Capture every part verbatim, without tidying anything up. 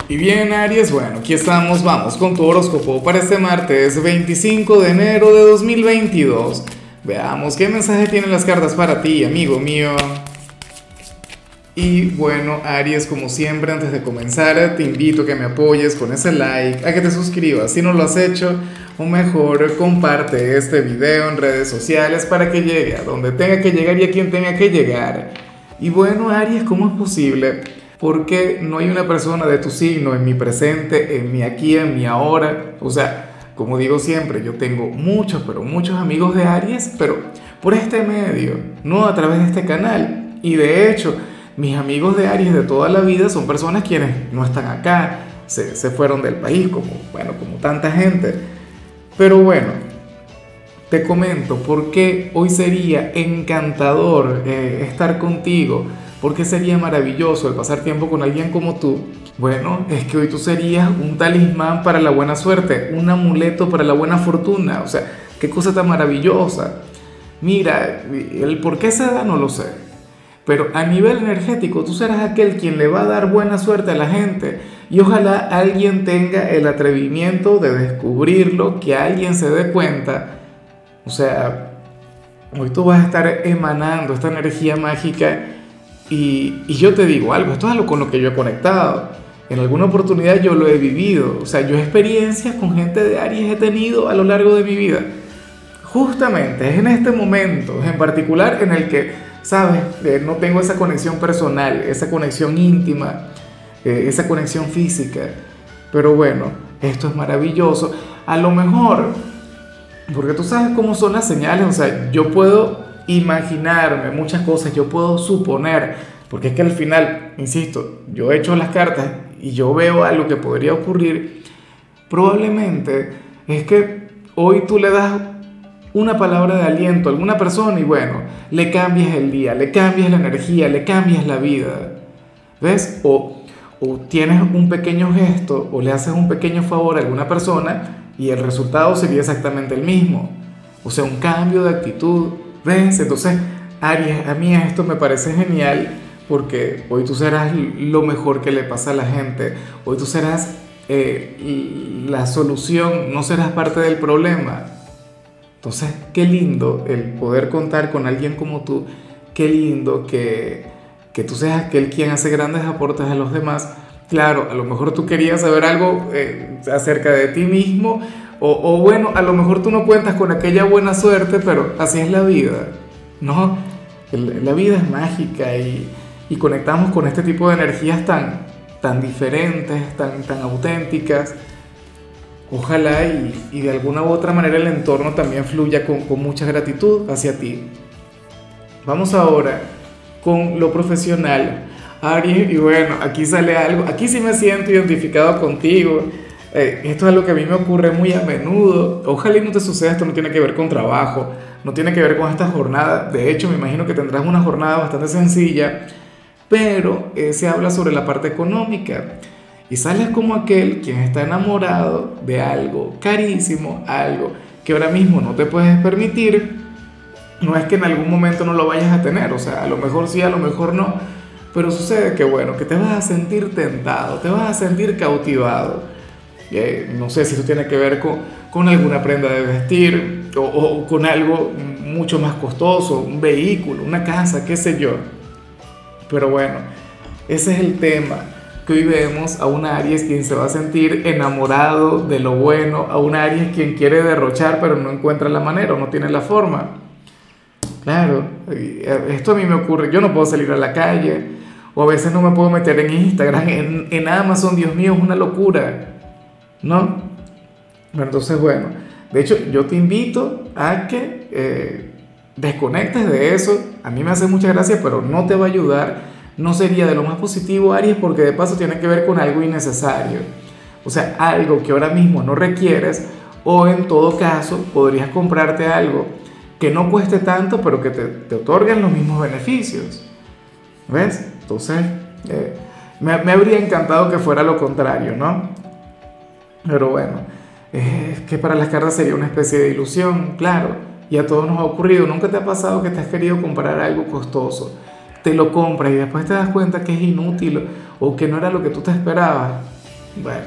Y bien, Aries, bueno, aquí estamos, vamos con tu horóscopo para este martes veinticinco de enero de dos mil veintidós. Veamos qué mensaje tienen las cartas para ti, amigo mío. Y bueno, Aries, como siempre, antes de comenzar, te invito a que me apoyes con ese like, a que te suscribas si no lo has hecho, o mejor, comparte este video en redes sociales para que llegue a donde tenga que llegar y a quien tenga que llegar. Y bueno, Aries, ¿cómo es posible? Porque no hay una persona de tu signo en mi presente, en mi aquí, en mi ahora. O sea, como digo siempre, yo tengo muchos, pero muchos amigos de Aries, pero por este medio, no a través de este canal. Y de hecho, mis amigos de Aries de toda la vida son personas quienes no están acá, se, se fueron del país, como, bueno, como tanta gente. Pero bueno, te comento por qué hoy sería encantador eh, estar contigo. ¿Por qué sería maravilloso el pasar tiempo con alguien como tú? Bueno, es que hoy tú serías un talismán para la buena suerte, un amuleto para la buena fortuna. O sea, qué cosa tan maravillosa. Mira, el por qué se da no lo sé. Pero a nivel energético tú serás aquel quien le va a dar buena suerte a la gente. Y ojalá alguien tenga el atrevimiento de descubrirlo, que alguien se dé cuenta. O sea, hoy tú vas a estar emanando esta energía mágica. Y, y yo te digo algo, esto es algo con lo que yo he conectado. En alguna oportunidad yo lo he vivido. O sea, yo experiencias con gente de Aries he tenido a lo largo de mi vida. Justamente es en este momento en particular en el que, ¿sabes? Eh, no tengo esa conexión personal, esa conexión íntima, eh, esa conexión física. Pero bueno, esto es maravilloso. A lo mejor, porque tú sabes cómo son las señales, o sea, yo puedo imaginarme muchas cosas, yo puedo suponer, porque es que al final, insisto, yo echo las cartas y yo veo algo que podría ocurrir. Probablemente es que hoy tú le das una palabra de aliento a alguna persona y bueno, le cambias el día, le cambias la energía, le cambias la vida, ¿ves? O, o tienes un pequeño gesto o le haces un pequeño favor a alguna persona y el resultado sería exactamente el mismo, o sea, un cambio de actitud. ¿Ves? Entonces, Aries, a mí esto me parece genial porque hoy tú serás lo mejor que le pasa a la gente, hoy tú serás eh, la solución, no serás parte del problema. Entonces, qué lindo el poder contar con alguien como tú, qué lindo que, que tú seas aquel quien hace grandes aportes a los demás. Claro, a lo mejor tú querías saber algo eh, acerca de ti mismo. O, o bueno, a lo mejor tú no cuentas con aquella buena suerte, pero así es la vida, ¿no? El- La vida es mágica y, y conectamos con este tipo de energías tan, tan diferentes, tan, tan auténticas. Ojalá y, y de alguna u otra manera el entorno también fluya con, con mucha gratitud hacia ti. Vamos ahora con lo profesional, Aries, y bueno, aquí sale algo, aquí sí me siento identificado contigo. Eh, esto es algo que a mí me ocurre muy a menudo. Ojalá y no te suceda, esto no tiene que ver con trabajo, no tiene que ver con esta jornada. De hecho, me imagino que tendrás una jornada bastante sencilla, pero eh, se habla sobre la parte económica. Y sales como aquel quien está enamorado de algo carísimo, algo que ahora mismo no te puedes permitir. No es que en algún momento no lo vayas a tener, o sea, a lo mejor sí, a lo mejor no, pero sucede que bueno, que te vas a sentir tentado, te vas a sentir cautivado. Eh, no sé si eso tiene que ver con, con alguna prenda de vestir o, o con algo mucho más costoso, un vehículo, una casa, qué sé yo. Pero bueno, ese es el tema, que hoy vemos a un Aries quien se va a sentir enamorado de lo bueno, a un Aries quien quiere derrochar pero no encuentra la manera o no tiene la forma. Claro, esto a mí me ocurre, yo no puedo salir a la calle o a veces no me puedo meter en Instagram, en, en Amazon, Dios mío, es una locura. ¿No? Bueno, entonces, bueno, de hecho, yo te invito a que eh, desconectes de eso. A mí me hace mucha gracia, pero no te va a ayudar. No sería de lo más positivo, Aries, porque de paso tiene que ver con algo innecesario. O sea, algo que ahora mismo no requieres, o en todo caso, podrías comprarte algo que no cueste tanto, pero que te, te otorguen los mismos beneficios. ¿Ves? Entonces, eh, me, me habría encantado que fuera lo contrario, ¿no? Pero bueno, es que para las cartas sería una especie de ilusión, claro, y a todos nos ha ocurrido. ¿Nunca te ha pasado que te has querido comprar algo costoso? Te lo compras y después te das cuenta que es inútil o que no era lo que tú te esperabas. Bueno,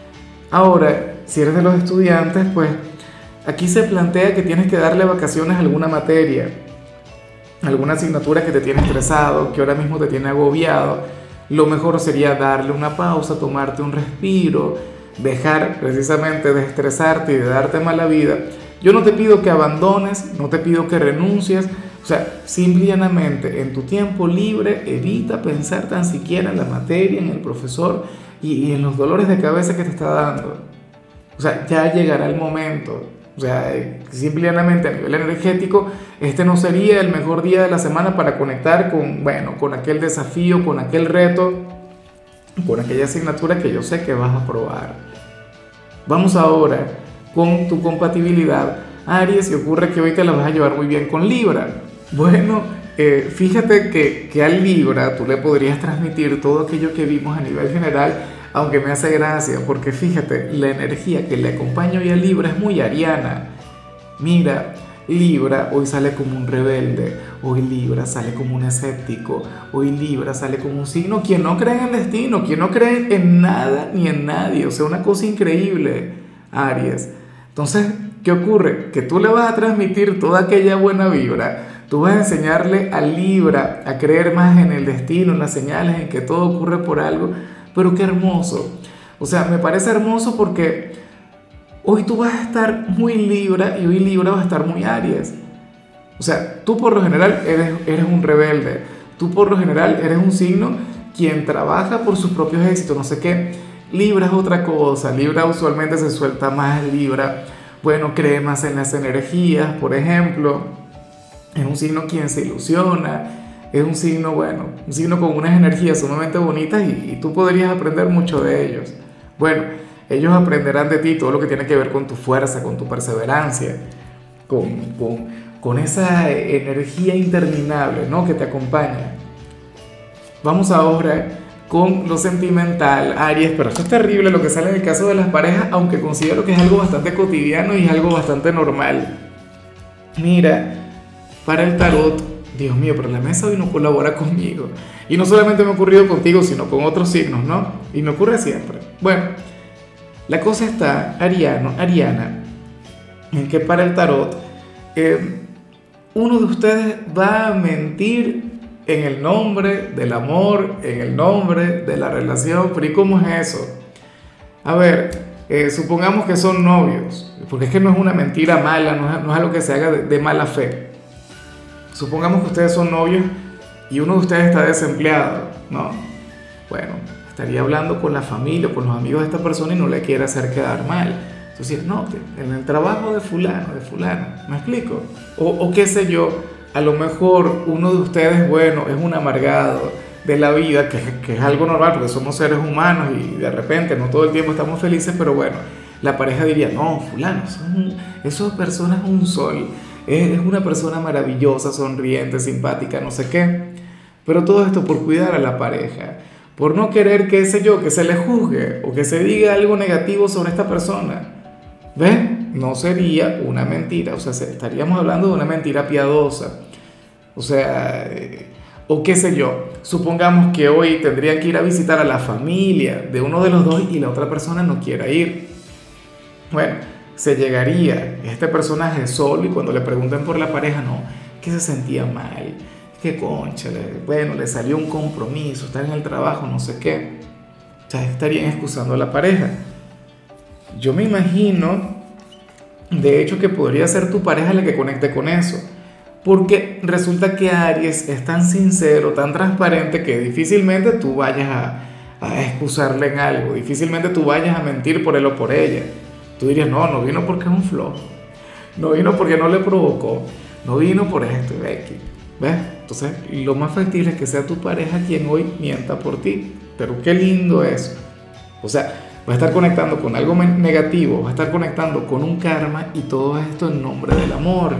ahora, si eres de los estudiantes, pues aquí se plantea que tienes que darle vacaciones a alguna materia, alguna asignatura que te tiene estresado, que ahora mismo te tiene agobiado. Lo mejor sería darle una pausa, tomarte un respiro, dejar precisamente de estresarte y de darte mala vida. Yo no te pido que abandones, no te pido que renuncies, o sea, simple y llanamente en tu tiempo libre evita pensar tan siquiera en la materia, en el profesor y, y en los dolores de cabeza que te está dando. O sea, ya llegará el momento. O sea, simple y llanamente a nivel energético, este no sería el mejor día de la semana para conectar con, bueno, con aquel desafío, con aquel reto, con aquella asignatura que yo sé que vas a probar. Vamos ahora con tu compatibilidad, Aries, y ocurre que hoy te la vas a llevar muy bien con Libra. Bueno, eh, fíjate que, que a Libra tú le podrías transmitir todo aquello que vimos a nivel general, aunque me hace gracia, porque fíjate, la energía que le acompaña hoy a Libra es muy ariana. Mira, Libra hoy sale como un rebelde, hoy Libra sale como un escéptico, hoy Libra sale como un signo quien no cree en el destino, quien no cree en nada ni en nadie, o sea, una cosa increíble, Aries. Entonces, ¿qué ocurre? Que tú le vas a transmitir toda aquella buena vibra, tú vas a enseñarle a Libra a creer más en el destino, en las señales, en que todo ocurre por algo. Pero qué hermoso, o sea, me parece hermoso porque hoy tú vas a estar muy Libra y hoy Libra va a estar muy Aries. O sea, tú por lo general eres, eres un rebelde, tú por lo general eres un signo quien trabaja por sus propios éxitos, no sé qué. Libra es otra cosa, Libra usualmente se suelta más, Libra, bueno, cree más en las energías, por ejemplo, es un signo quien se ilusiona. Es un signo, bueno, un signo con unas energías sumamente bonitas y, y tú podrías aprender mucho de ellos. Bueno, ellos aprenderán de ti todo lo que tiene que ver con tu fuerza, con tu perseverancia, con, con, con esa energía interminable, ¿no?, que te acompaña. Vamos ahora con lo sentimental, Aries, pero esto es terrible lo que sale en el caso de las parejas, aunque considero que es algo bastante cotidiano y es algo bastante normal. Mira, para el tarot, Dios mío, pero la mesa hoy no colabora conmigo. Y no solamente me ha ocurrido contigo, sino con otros signos, ¿no? Y me ocurre siempre. Bueno, la cosa está, Ariano, Ariana, en que para el tarot, eh, uno de ustedes va a mentir en el nombre del amor, en el nombre de la relación. Pero ¿y cómo es eso? A ver, eh, supongamos que son novios, porque es que no es una mentira mala, no es, no es algo que se haga de, de mala fe. Supongamos que ustedes son novios y uno de ustedes está desempleado, ¿no? Bueno, estaría hablando con la familia o con los amigos de esta persona y no le quiere hacer quedar mal. Entonces, no, en el trabajo de fulano, de fulana, ¿me explico? O, o qué sé yo, a lo mejor uno de ustedes, bueno, es un amargado de la vida, que, que es algo normal porque somos seres humanos y de repente no todo el tiempo estamos felices, pero bueno, la pareja diría, no, fulano, son, esas personas es un sol. Es una persona maravillosa, sonriente, simpática, no sé qué. Pero todo esto por cuidar a la pareja, por no querer, qué sé yo, que se le juzgue o que se diga algo negativo sobre esta persona. ¿Ves? No sería una mentira, o sea, estaríamos hablando de una mentira piadosa. O sea, eh, o qué sé yo, supongamos que hoy tendrían que ir a visitar a la familia de uno de los dos y la otra persona no quiera ir. Bueno, se llegaría este personaje solo y cuando le pregunten por la pareja, no, que se sentía mal, que concha, bueno, le salió un compromiso, está en el trabajo, no sé qué. O sea, estarían excusando a la pareja. Yo me imagino, de hecho, que podría ser tu pareja la que conecte con eso, porque resulta que Aries es tan sincero, tan transparente, que difícilmente tú vayas a, a excusarle en algo, difícilmente tú vayas a mentir por él o por ella. Tú dirías, no, no vino porque es un flojo, no vino porque no le provocó, no vino por esto, ¿ves? Entonces, lo más factible es que sea tu pareja quien hoy mienta por ti. Pero qué lindo eso. O sea, va a estar conectando con algo negativo, va a estar conectando con un karma y todo esto en nombre del amor.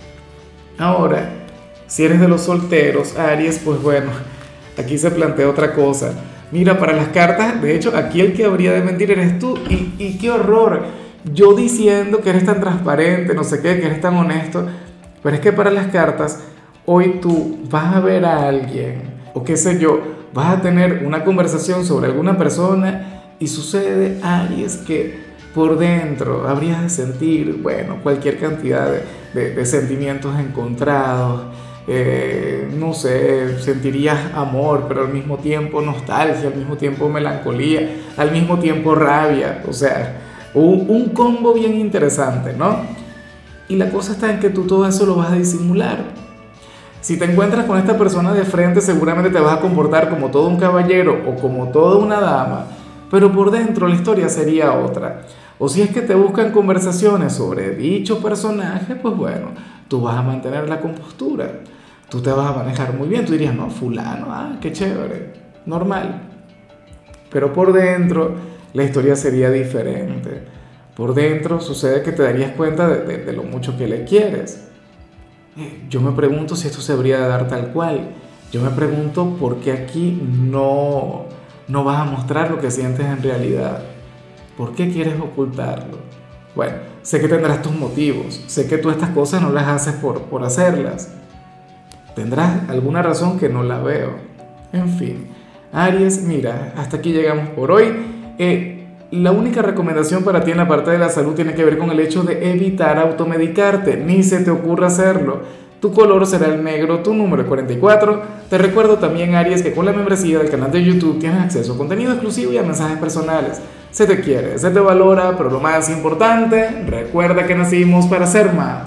Ahora, si eres de los solteros, Aries, pues bueno, aquí se plantea otra cosa. Mira, para las cartas, de hecho, aquí el que habría de mentir eres tú. Y, y qué horror. Yo diciendo que eres tan transparente, no sé qué, que eres tan honesto. Pero es que para las cartas, hoy tú vas a ver a alguien, o qué sé yo, vas a tener una conversación sobre alguna persona Y sucede, Aries, que por dentro habrías de sentir, bueno, cualquier cantidad de, de- de sentimientos encontrados. Eh, no sé, sentirías amor, pero al mismo tiempo nostalgia, al mismo tiempo melancolía, al mismo tiempo rabia. O sea, un, un combo bien interesante, ¿no? Y la cosa está en que tú todo eso lo vas a disimular. Si te encuentras con esta persona de frente, seguramente te vas a comportar como todo un caballero o como toda una dama, pero por dentro la historia sería otra. O si es que te buscan conversaciones sobre dicho personaje, pues bueno, tú vas a mantener la compostura. Tú te vas a manejar muy bien. Tú dirías, no, fulano, ah, qué chévere, normal. Pero por dentro la historia sería diferente. Por dentro sucede que te darías cuenta de, de- de lo mucho que le quieres. Eh, Yo me pregunto si esto se habría de dar tal cual. Yo me pregunto por qué aquí no, no vas a mostrar lo que sientes en realidad. ¿Por qué quieres ocultarlo? Bueno, sé que tendrás tus motivos. Sé que tú estas cosas no las haces por, por hacerlas. Tendrás alguna razón que no la veo. En fin, Aries, mira, hasta aquí llegamos por hoy. Eh, la única recomendación para ti en la parte de la salud tiene que ver con el hecho de evitar automedicarte. Ni se te ocurra hacerlo. Tu color será el negro, tu número es cuarenta y cuatro. Te recuerdo también, Aries, que con la membresía del canal de YouTube tienes acceso a contenido exclusivo y a mensajes personales. Se te quiere, se te valora, pero lo más importante, recuerda que nacimos para ser más.